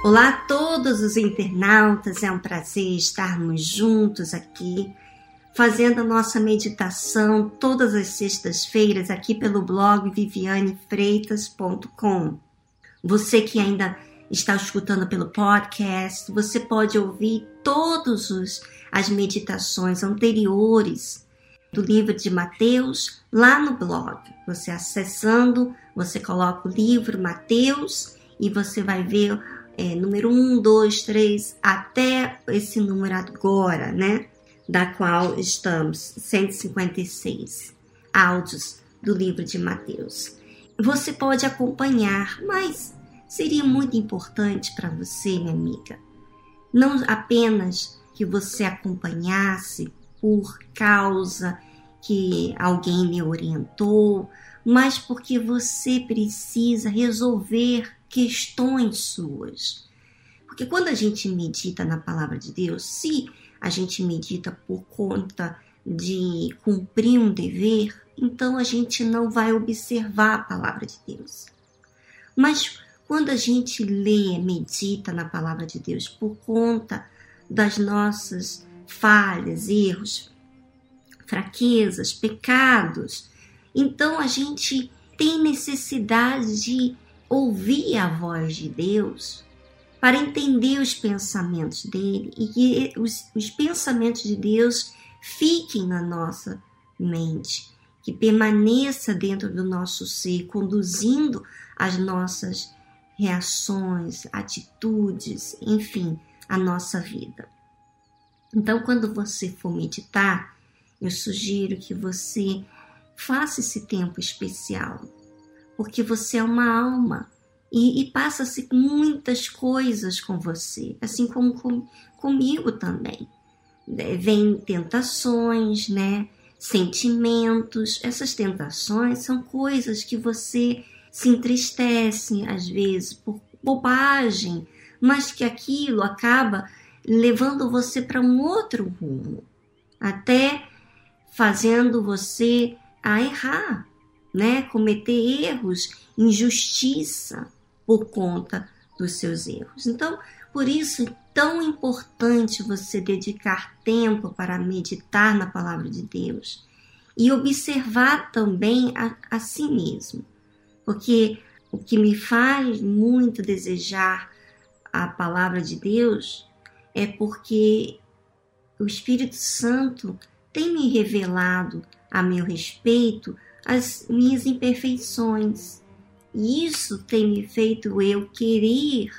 Olá a todos os internautas, é um prazer estarmos juntos aqui, fazendo a nossa meditação todas as sextas-feiras aqui pelo blog vivianefreitas.com. Você que ainda está escutando pelo podcast, você pode ouvir todas as meditações anteriores do livro de Mateus lá no blog. Você acessando, você coloca o livro Mateus e você vai ver número 1, 2, 3, até esse número agora, né? Da qual estamos, 156 áudios do livro de Mateus. Você pode acompanhar, mas seria muito importante para você, minha amiga, não apenas que você acompanhasse por causa que alguém lhe orientou, mas porque você precisa resolver questões suas. Porque quando a gente medita na palavra de Deus, se a gente medita por conta de cumprir um dever, então a gente não vai observar a palavra de Deus. Mas quando a gente lê, medita na palavra de Deus por conta das nossas falhas, erros, fraquezas, pecados, então a gente tem necessidade de ouvir a voz de Deus para entender os pensamentos dele e que os pensamentos de Deus fiquem na nossa mente, que permaneça dentro do nosso ser, conduzindo as nossas reações, atitudes, enfim, a nossa vida. Então, quando você for meditar, eu sugiro que você faça esse tempo especial, porque você é uma alma e passa-se muitas coisas com você, assim como comigo também. Vêm tentações, né? Sentimentos. Essas tentações são coisas que você se entristece, às vezes, por bobagem, mas que aquilo acaba levando você para um outro rumo, até fazendo você a errar, né? Cometer erros, injustiça por conta dos seus erros. Então, por isso é tão importante você dedicar tempo para meditar na palavra de Deus e observar também a si mesmo, porque o que me faz muito desejar a palavra de Deus é porque o Espírito Santo tem me revelado a meu respeito as minhas imperfeições. E isso tem me feito eu querer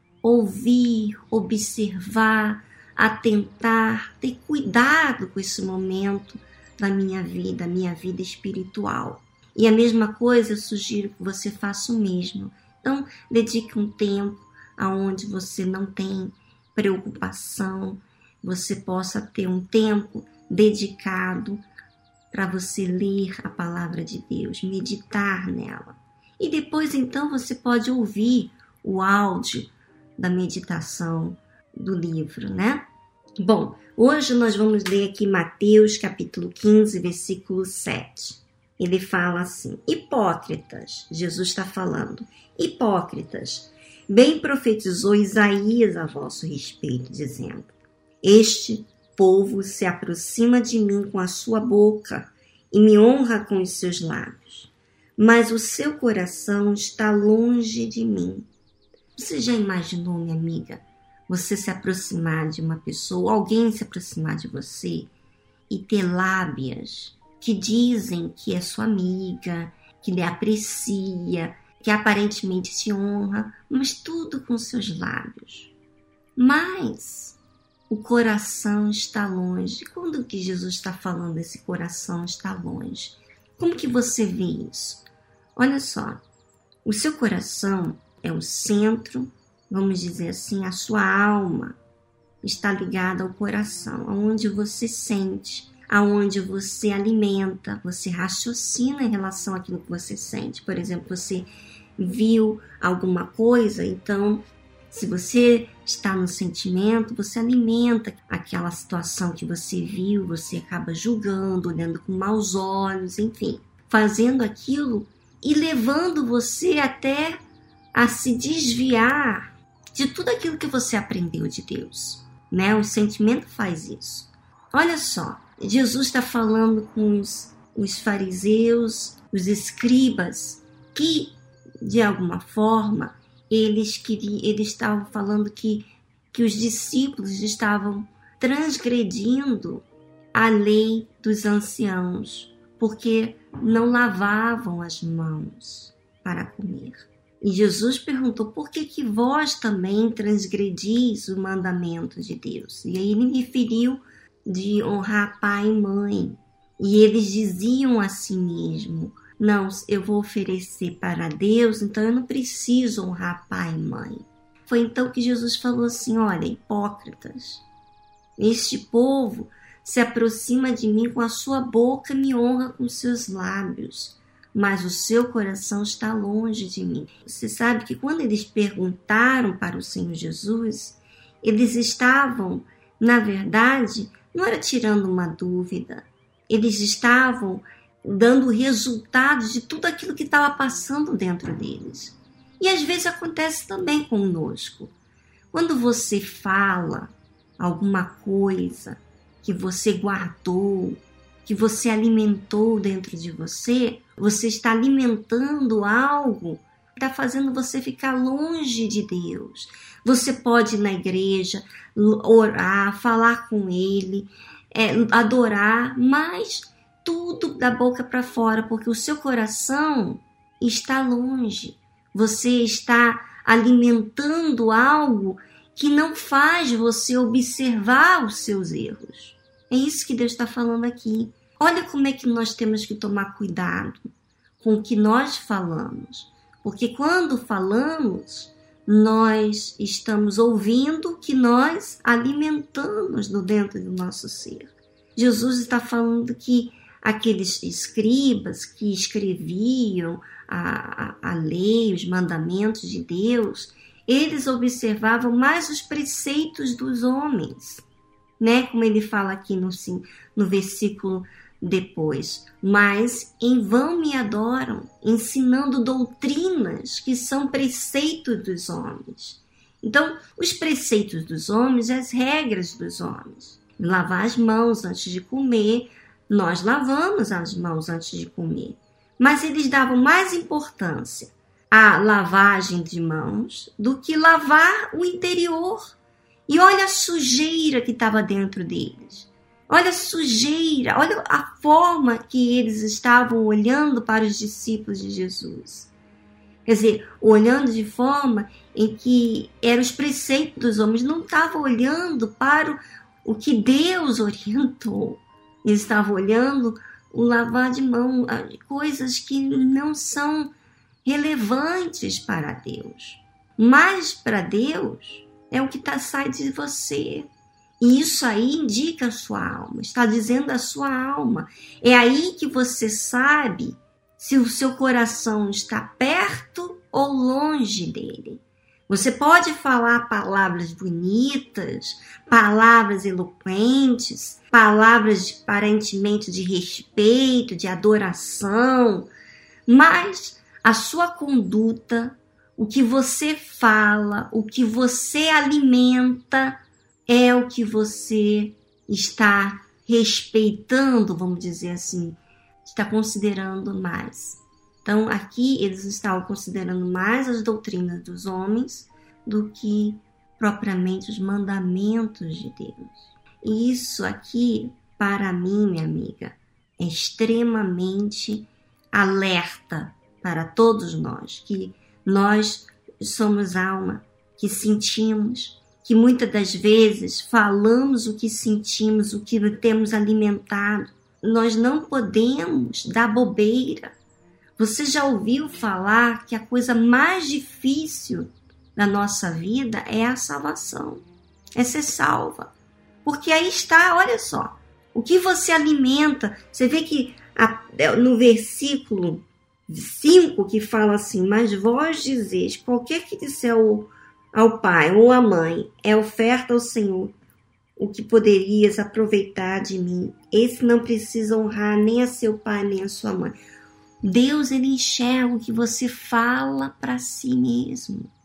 ouvir, observar, atentar, ter cuidado com esse momento da minha vida espiritual. E a mesma coisa eu sugiro que você faça o mesmo. Então, dedique um tempo aonde você não tem preocupação, você possa ter um tempo dedicado para você ler a palavra de Deus, meditar nela. E depois, então, você pode ouvir o áudio da meditação do livro, né? Bom, hoje nós vamos ler aqui Mateus, capítulo 15, versículo 7. Ele fala assim: Hipócritas, Jesus está falando, hipócritas, bem profetizou Isaías a vosso respeito, dizendo: Este povo se aproxima de mim com a sua boca e me honra com os seus lábios, mas o seu coração está longe de mim. Você já imaginou, minha amiga, você se aproximar de uma pessoa, alguém se aproximar de você e ter lábias que dizem que é sua amiga, que lhe aprecia, que aparentemente te honra, mas tudo com seus lábios. Mas o coração está longe. Quando que Jesus está falando esse coração está longe? Como que você vê isso? Olha só, o seu coração é o centro, vamos dizer assim, a sua alma está ligada ao coração, aonde você sente, aonde você alimenta, você raciocina em relação àquilo que você sente. Por exemplo, você viu alguma coisa, então, se você está no sentimento, você alimenta aquela situação que você viu, você acaba julgando, olhando com maus olhos, enfim, fazendo aquilo e levando você até a se desviar de tudo aquilo que você aprendeu de Deus, né? O sentimento faz isso. Olha só, Jesus está falando com os fariseus, os escribas, que de alguma forma eles estavam falando que os discípulos estavam transgredindo a lei dos anciãos, porque não lavavam as mãos para comer. E Jesus perguntou, por que vós também transgredis o mandamento de Deus? E aí ele me referiu de honrar pai e mãe. E eles diziam a si mesmo, não, eu vou oferecer para Deus, então eu não preciso honrar pai e mãe. Foi então que Jesus falou assim, olha, hipócritas, este povo se aproxima de mim com a sua boca e me honra com seus lábios, mas o seu coração está longe de mim. Você sabe que quando eles perguntaram para o Senhor Jesus, eles estavam, na verdade, não era tirando uma dúvida, eles estavam dando resultados de tudo aquilo que estava passando dentro deles. E às vezes acontece também conosco. Quando você fala alguma coisa que você guardou, que você alimentou dentro de você, você está alimentando algo que está fazendo você ficar longe de Deus. Você pode ir na igreja, orar, falar com Ele, adorar, mas tudo da boca para fora, porque o seu coração está longe. Você está alimentando algo que não faz você observar os seus erros. É isso que Deus está falando aqui. Olha como é que nós temos que tomar cuidado com o que nós falamos. Porque quando falamos, nós estamos ouvindo o que nós alimentamos dentro do nosso ser. Jesus está falando que aqueles escribas que escreviam a lei, os mandamentos de Deus, eles observavam mais os preceitos dos homens, né? Como ele fala aqui no versículo depois. Mas em vão me adoram, ensinando doutrinas que são preceitos dos homens. Então, os preceitos dos homens, as regras dos homens. Lavar as mãos antes de comer, nós lavamos as mãos antes de comer. Mas eles davam mais importância à lavagem de mãos do que lavar o interior. E olha a sujeira que estava dentro deles. Olha a sujeira, olha a forma que eles estavam olhando para os discípulos de Jesus. Quer dizer, olhando de forma em que eram os preceitos dos homens, não estavam olhando para o que Deus orientou. Eles estavam olhando o lavar de mão, coisas que não são relevantes para Deus. Mas para Deus é o que sai de você. E isso aí indica a sua alma, está dizendo a sua alma. É aí que você sabe se o seu coração está perto ou longe dele. Você pode falar palavras bonitas, palavras eloquentes, palavras aparentemente de respeito, de adoração, mas a sua conduta, o que você fala, o que você alimenta, é o que você está respeitando, vamos dizer assim, está considerando mais. Então, aqui eles estavam considerando mais as doutrinas dos homens do que propriamente os mandamentos de Deus. E isso aqui, para mim, minha amiga, é extremamente alerta para todos nós, que nós somos alma, que sentimos, que muitas das vezes falamos o que sentimos, o que temos alimentado. Nós não podemos dar bobeira. Você já ouviu falar que a coisa mais difícil da nossa vida é a salvação, é ser salva. Porque aí está, olha só, o que você alimenta. Você vê que no versículo 5 que fala assim, mas vós dizeis, qualquer que disser ao pai ou à mãe, é oferta ao Senhor, o que poderias aproveitar de mim. Esse não precisa honrar nem a seu pai nem a sua mãe. Deus, ele enxerga o que você fala para si mesmo,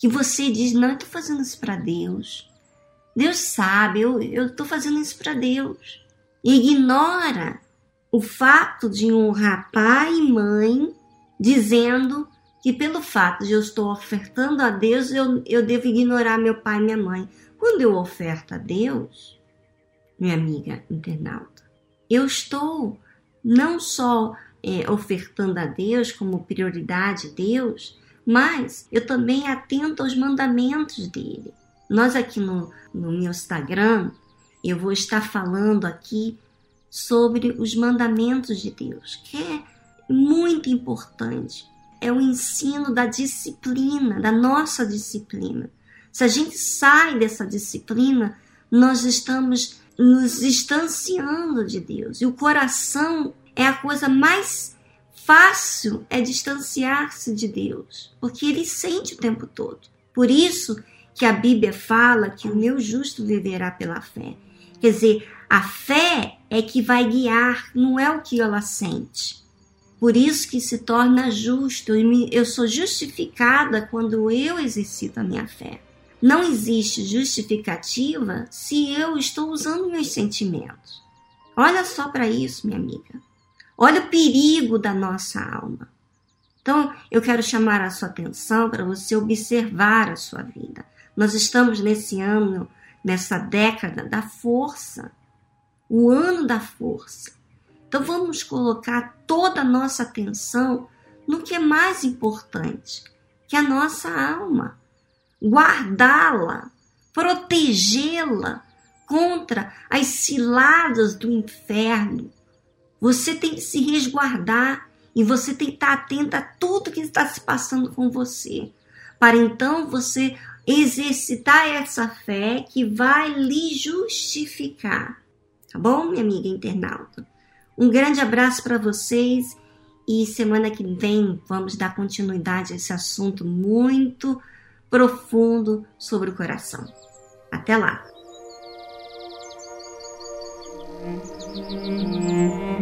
que você diz, não, eu estou fazendo isso para Deus. Deus sabe, eu estou fazendo isso para Deus. E ignora o fato de honrar pai e mãe, dizendo que pelo fato de eu estou ofertando a Deus, eu devo ignorar meu pai e minha mãe. Quando eu oferto a Deus, minha amiga internauta, eu estou não só ofertando a Deus como prioridade a Deus, mas eu também atento aos mandamentos dele. Nós aqui no meu Instagram, eu vou estar falando aqui sobre os mandamentos de Deus, que é muito importante. É o ensino da disciplina, da nossa disciplina. Se a gente sai dessa disciplina, nós estamos nos distanciando de Deus. E o coração é a coisa mais fácil, é distanciar-se de Deus, porque ele sente o tempo todo. Por isso que a Bíblia fala que o meu justo viverá pela fé. Quer dizer, a fé é que vai guiar, não é o que ela sente. Por isso que se torna justo. Eu sou justificada quando eu exercito a minha fé. Não existe justificativa se eu estou usando meus sentimentos. Olha só para isso, minha amiga. Olha o perigo da nossa alma. Então, eu quero chamar a sua atenção para você observar a sua vida. Nós estamos nesse ano, nessa década da força, o ano da força. Então vamos colocar toda a nossa atenção no que é mais importante, que é a nossa alma. Guardá-la, protegê-la contra as ciladas do inferno. Você tem que se resguardar e você tem que estar atento a tudo que está se passando com você, para então você exercitar essa fé que vai lhe justificar. Tá bom, minha amiga internauta? Um grande abraço para vocês e semana que vem vamos dar continuidade a esse assunto muito profundo sobre o coração. Até lá!